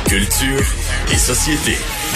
Culture et société.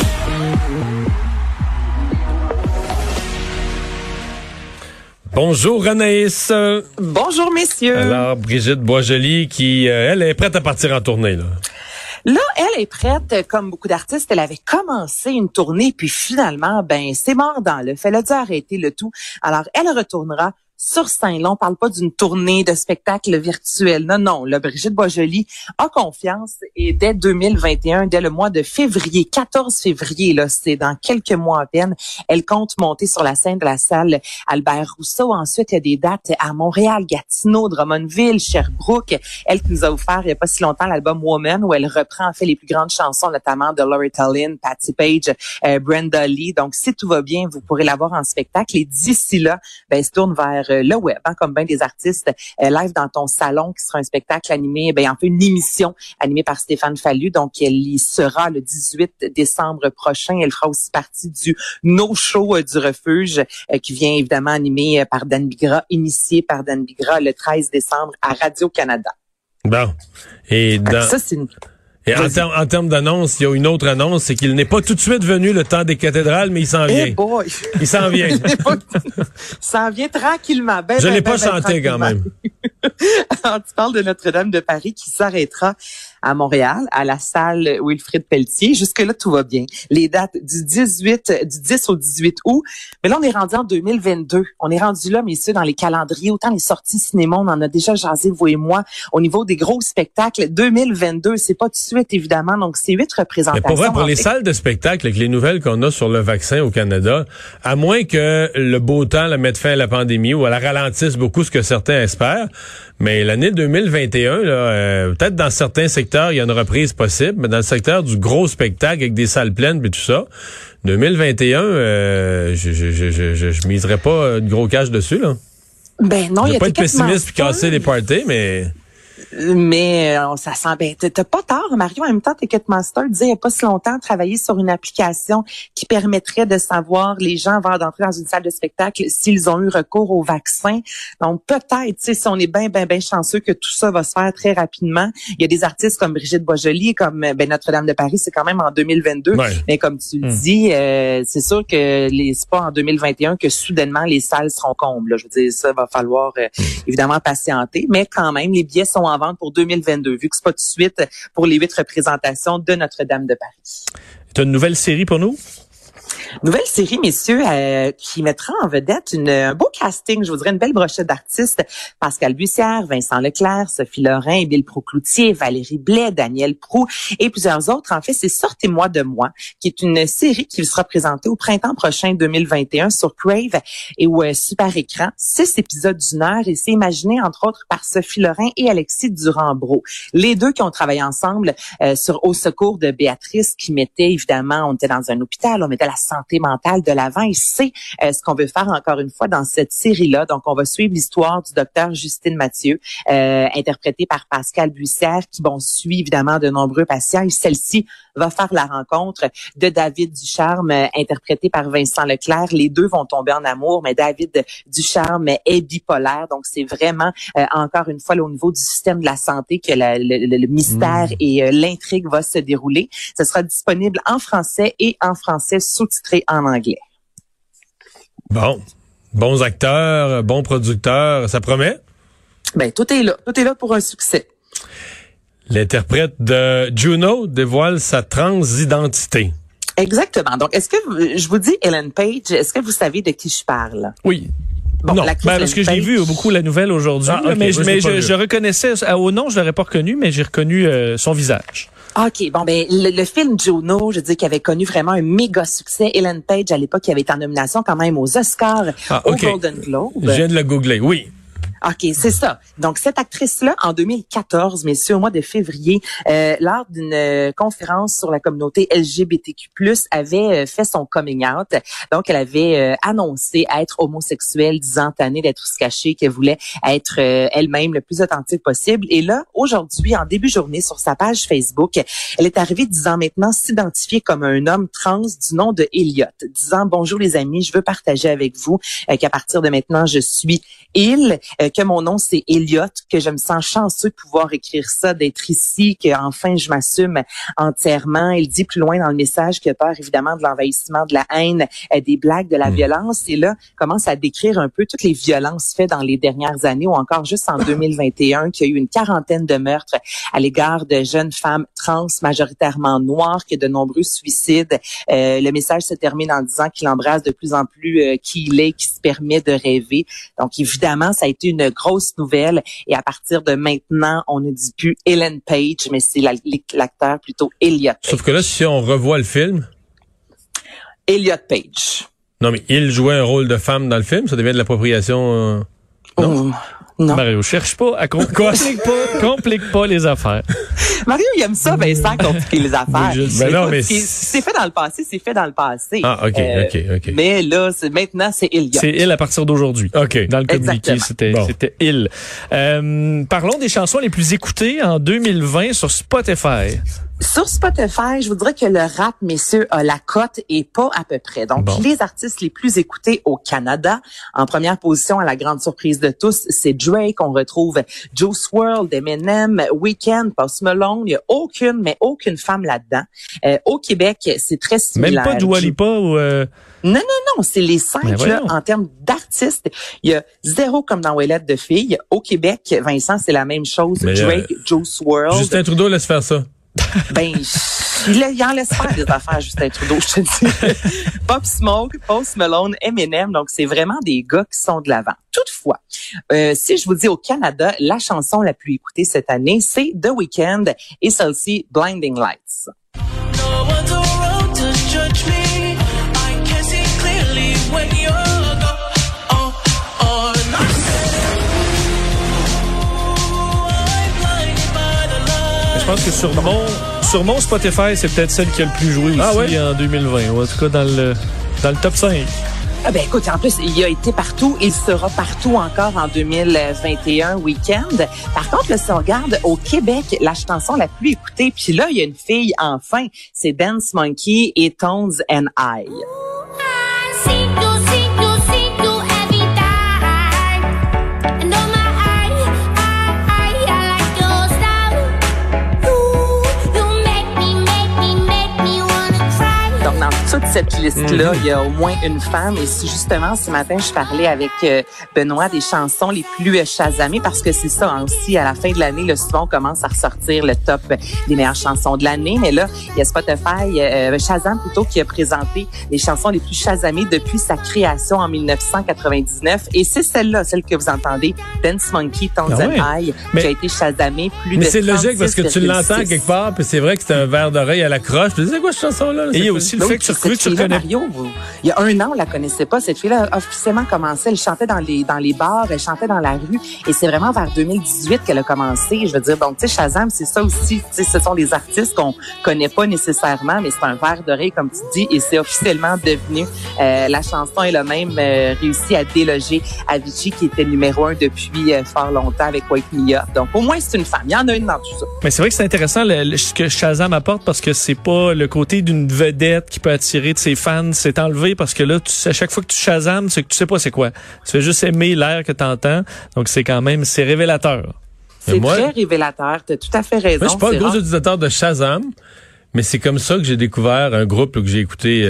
Bonjour Anaïs. Bonjour messieurs. Alors Brigitte Boisjoli qui, elle est prête à partir en tournée là. Là, elle est prête, comme beaucoup d'artistes, elle avait commencé une tournée, puis finalement, c'est mort dans l'œuf. Elle a dû arrêter le tout. Alors, elle retournera sur scène. Là, on parle pas d'une tournée de spectacle virtuel. Non. Là, Brigitte Boisjoli a confiance et dès 2021, dès le mois de février, 14 février, là, c'est dans quelques mois à peine, elle compte monter sur la scène de la salle Albert Rousseau. Ensuite, il y a des dates à Montréal, Gatineau, Drummondville, Sherbrooke. Elle qui nous a offert il y a pas si longtemps l'album Woman où elle reprend en fait les plus grandes chansons, notamment de Loretta Lynn, Patti Page, Brenda Lee. Donc, si tout va bien, vous pourrez la voir en spectacle. Et d'ici là, elle se tourne vers le web, comme bien des artistes, live dans ton salon, qui sera un spectacle animé, en fait une émission animée par Stéphane Fallu. Donc, elle y sera le 18 décembre prochain. Elle fera aussi partie du No Show du Refuge, qui vient évidemment animé par Dan Bigra, initié par Dan Bigra le 13 décembre à Radio-Canada. Bon. Et ça, c'est une... Et en termes d'annonce, il y a une autre annonce, c'est qu'il n'est pas tout de suite venu le temps des cathédrales, mais il s'en vient. Hey boy. Il s'en vient. Il s'en vient tranquillement. Je l'ai pas chanté quand même. Alors, tu parles de Notre-Dame de Paris qui s'arrêtera à Montréal, à la salle Wilfrid Pelletier. Jusque-là, tout va bien. Les dates du 10 au 18 août. Mais là, on est rendu en 2022. On est rendu là, messieurs, dans les calendriers. Autant les sorties cinéma, on en a déjà jasé, vous et moi. Au niveau des gros spectacles, 2022, c'est pas tout de suite, évidemment. Donc, c'est 8 représentations. Mais pour vrai, pour les salles de spectacle, avec les nouvelles qu'on a sur le vaccin au Canada, à moins que le beau temps la mette fin à la pandémie ou elle la ralentisse beaucoup, ce que certains espèrent, mais l'année 2021, là, peut-être dans certains secteurs, il y a une reprise possible, mais dans le secteur du gros spectacle avec des salles pleines et tout ça, 2021, je miserais pas de gros cash dessus, là. Non, je vais il y a pas être pessimiste puis casser les parties, mais... Mais ça sent t'as pas tort, Mario. En même temps, Ticketmaster disait il y a pas si longtemps travailler sur une application qui permettrait de savoir les gens avant d'entrer dans une salle de spectacle s'ils ont eu recours au vaccin. Donc peut-être, si on est bien chanceux que tout ça va se faire très rapidement. Il y a des artistes comme Brigitte Boisjoli, comme Notre-Dame de Paris, c'est quand même en 2022. Ouais. Mais comme tu le dis, c'est sûr que c'est pas en 2021 que soudainement les salles seront combles. Là. Je veux dire, ça va falloir évidemment patienter, mais quand même les billets sont en vente pour 2022, vu que c'est pas tout de suite pour les 8 représentations de Notre-Dame de Paris. Tu as une nouvelle série pour nous? Nouvelle série, messieurs, qui mettra en vedette un beau casting, je vous dirais une belle brochette d'artistes. Pascal Bussière, Vincent Leclerc, Sophie Lorrain, Émile Proulx-Cloutier, Valérie Blais, Daniel Proulx et plusieurs autres. En fait, c'est Sortez-moi de moi, qui est une série qui sera présentée au printemps prochain 2021 sur Crave et Super Écran. 6 épisodes d'1 heure et c'est imaginé, entre autres, par Sophie Lorrain et Alexis Durand-Brault. Les deux qui ont travaillé ensemble sur Au secours de Béatrice, qui mettait, évidemment, on était dans un hôpital, on mettait la santé mentale de l'avant et c'est ce qu'on veut faire encore une fois dans cette série-là. Donc, on va suivre l'histoire du docteur Justine Mathieu, interprétée par Pascal Bussière, qui suit évidemment de nombreux patients. Et celle-ci va faire la rencontre de David Ducharme, interprété par Vincent Leclerc. Les deux vont tomber en amour, mais David Ducharme est bipolaire. Donc, c'est vraiment, encore une fois, là, au niveau du système de la santé que le mystère et l'intrigue va se dérouler. Ce sera disponible en français et en français sous-titré en anglais. Bon. Bons acteurs, bons producteurs, ça promet? Tout est là. Tout est là pour un succès. L'interprète de Juno dévoile sa transidentité. Exactement. Donc, est-ce que je vous dis Ellen Page, est-ce que vous savez de qui je parle? Oui. Bon, non, parce que j'ai vu beaucoup la nouvelle aujourd'hui, mais je reconnaissais, au nom, je l'aurais pas reconnu, mais j'ai reconnu son visage. OK, le film Juno, je dis qu'il avait connu vraiment un méga succès. Ellen Page, à l'époque, qui avait été en nomination quand même aux Oscars, au Golden Globe. Je viens de le googler, oui. OK, c'est ça. Donc, cette actrice-là, en 2014, messieurs, au mois de février, lors d'une conférence sur la communauté LGBTQ+, avait fait son coming out. Donc, elle avait annoncé être homosexuelle, disant tannée d'être se cachée, qu'elle voulait être elle-même le plus authentique possible. Et là, aujourd'hui, en début de journée, sur sa page Facebook, elle est arrivée disant maintenant s'identifier comme un homme trans du nom de Elliot, disant « Bonjour les amis, je veux partager avec vous qu'à partir de maintenant, je suis il », que mon nom c'est Elliot, que je me sens chanceux de pouvoir écrire ça, d'être ici, que enfin je m'assume entièrement. Il dit plus loin dans le message qu'il a peur évidemment de l'envahissement, de la haine, des blagues, de la violence. Et là, commence à décrire un peu toutes les violences faites dans les dernières années ou encore juste en 2021, qu'il y a eu une quarantaine de meurtres à l'égard de jeunes femmes trans, majoritairement noires, qu'il y a de nombreux suicides. Le message se termine en disant qu'il embrasse de plus en plus qui il est, qui se permet de rêver. Donc, évidemment, ça a été une grosse nouvelle. Et à partir de maintenant, on ne dit plus Ellen Page, mais c'est l'acteur plutôt Elliot Page. Sauf que là, si on revoit le film... Elliot Page. Non, mais il jouait un rôle de femme dans le film. Ça devient de l'appropriation... Non? Non. Mario, cherche pas à complique pas les affaires. Mario, il aime ça, Vincent, compliquer les affaires. Oui, ben non, mais c'est fait dans le passé, c'est fait dans le passé. Ah, OK. Mais là, maintenant, c'est Elliot. C'est il à partir d'aujourd'hui. OK. Dans le communiqué, c'était il. Parlons des chansons les plus écoutées en 2020 sur Spotify. Sur Spotify, je vous dirais que le rap, messieurs, a la cote et pas à peu près. Donc, les artistes les plus écoutés au Canada, en première position, à la grande surprise de tous, c'est Drake. On retrouve Juice WRLD, Eminem, Weeknd, Post Malone. Il n'y a aucune femme là-dedans. Au Québec, c'est très similaire. Même pas Dua Lipa ou... Non, c'est les 5 là, en termes d'artistes. Il y a 0 comme dans Ouellette de filles. Au Québec, Vincent, c'est la même chose. Mais Drake, Juice WRLD. Justin Trudeau laisse faire ça. Ben, il en laisse faire des affaires, Justin Trudeau, je te dis. Pop Smoke, Post Malone, Eminem, donc c'est vraiment des gars qui sont de l'avant. Toutefois, si je vous dis au Canada, la chanson la plus écoutée cette année, c'est The Weeknd et celle-ci, Blinding Lights. Je pense que sur mon Spotify, c'est peut-être celle qui a le plus joué aussi en 2020. Ou en tout cas, dans le top 5. Ah ben écoute, en plus, il a été partout. Il sera partout encore en 2021 week-end. Par contre, là, si on regarde au Québec, la chanson la plus écoutée, puis là, il y a une fille, enfin, c'est Dance Monkey et Tones and I. Toute cette liste-là, il y a au moins une femme. Et si justement, ce matin, je parlais avec Benoît des chansons les plus chasamées, parce que c'est ça aussi, à la fin de l'année, là, souvent, on commence à ressortir le top des meilleures chansons de l'année. Mais là, il y a Spotify, Shazam plutôt, qui a présenté les chansons les plus chasamées depuis sa création en 1999. Et c'est celle-là, celle que vous entendez, Dance Monkey, Tones and I, qui a été chasamée plus de 36,6. Mais c'est logique parce que tu l'entends quelque part, puis c'est vrai que c'est un verre d'oreille à la croche. Puis c'est quoi cette chanson-là? Et il y a aussi le fait que tu le connais. Mario, il y a 1 an, on la connaissait pas. Cette fille-là a officiellement commencé. Elle chantait dans les bars, elle chantait dans la rue. Et c'est vraiment vers 2018 qu'elle a commencé. Je veux dire, donc, tu sais, Shazam, c'est ça aussi. Tu sais, ce sont des artistes qu'on connaît pas nécessairement, mais c'est un verre d'oreille, comme tu dis, et c'est officiellement devenu. La chanson, elle a même réussi à déloger Avicii, qui était numéro 1 depuis fort longtemps avec Wake Me Up. Donc, au moins, c'est une femme. Il y en a une dans tout ça. Mais c'est vrai que c'est intéressant ce que Shazam apporte, parce que c'est pas le côté d'une vedette qui peut attirer de ses fans, c'est enlevé, parce que là, à chaque fois que tu Shazam, c'est que tu sais pas c'est quoi. Tu fais juste aimer l'air que t'entends. Donc, c'est révélateur. C'est très révélateur. T'as tout à fait raison. Moi, je suis pas un gros utilisateur de Shazam, mais c'est comme ça que j'ai découvert un groupe que j'ai écouté,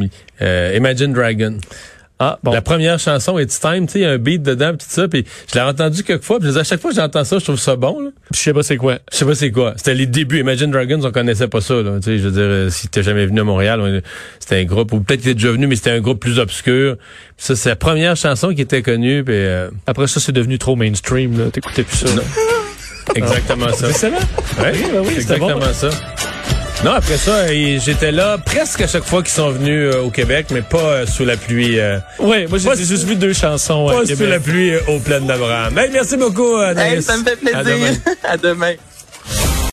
Imagine Dragon. Ah, bon. La première chanson, It's Time, tu sais, il y a un beat dedans, pis tout ça, puis je l'ai entendu quelques fois, puis à chaque fois que j'entends ça, je trouve ça bon, là. Je sais pas c'est quoi. C'était les débuts. Imagine Dragons, on connaissait pas ça, là. Tu sais, je veux dire, si t'es jamais venu à Montréal, c'était un groupe, ou peut-être que t'es déjà venu, mais c'était un groupe plus obscur. Puis ça, c'est la première chanson qui était connue, puis après ça, c'est devenu trop mainstream, là. T'écoutais plus ça. Exactement ça. C'est ça? Oui, exactement bon. Ça. Non, après ça, j'étais là presque à chaque fois qu'ils sont venus au Québec, mais pas sous la pluie. Oui, moi j'ai juste vu 2 chansons. Pas sous la pluie aux plaines d'Abraham. Hey, merci beaucoup, Anaïs. Hey, ça me fait plaisir. À demain. À demain.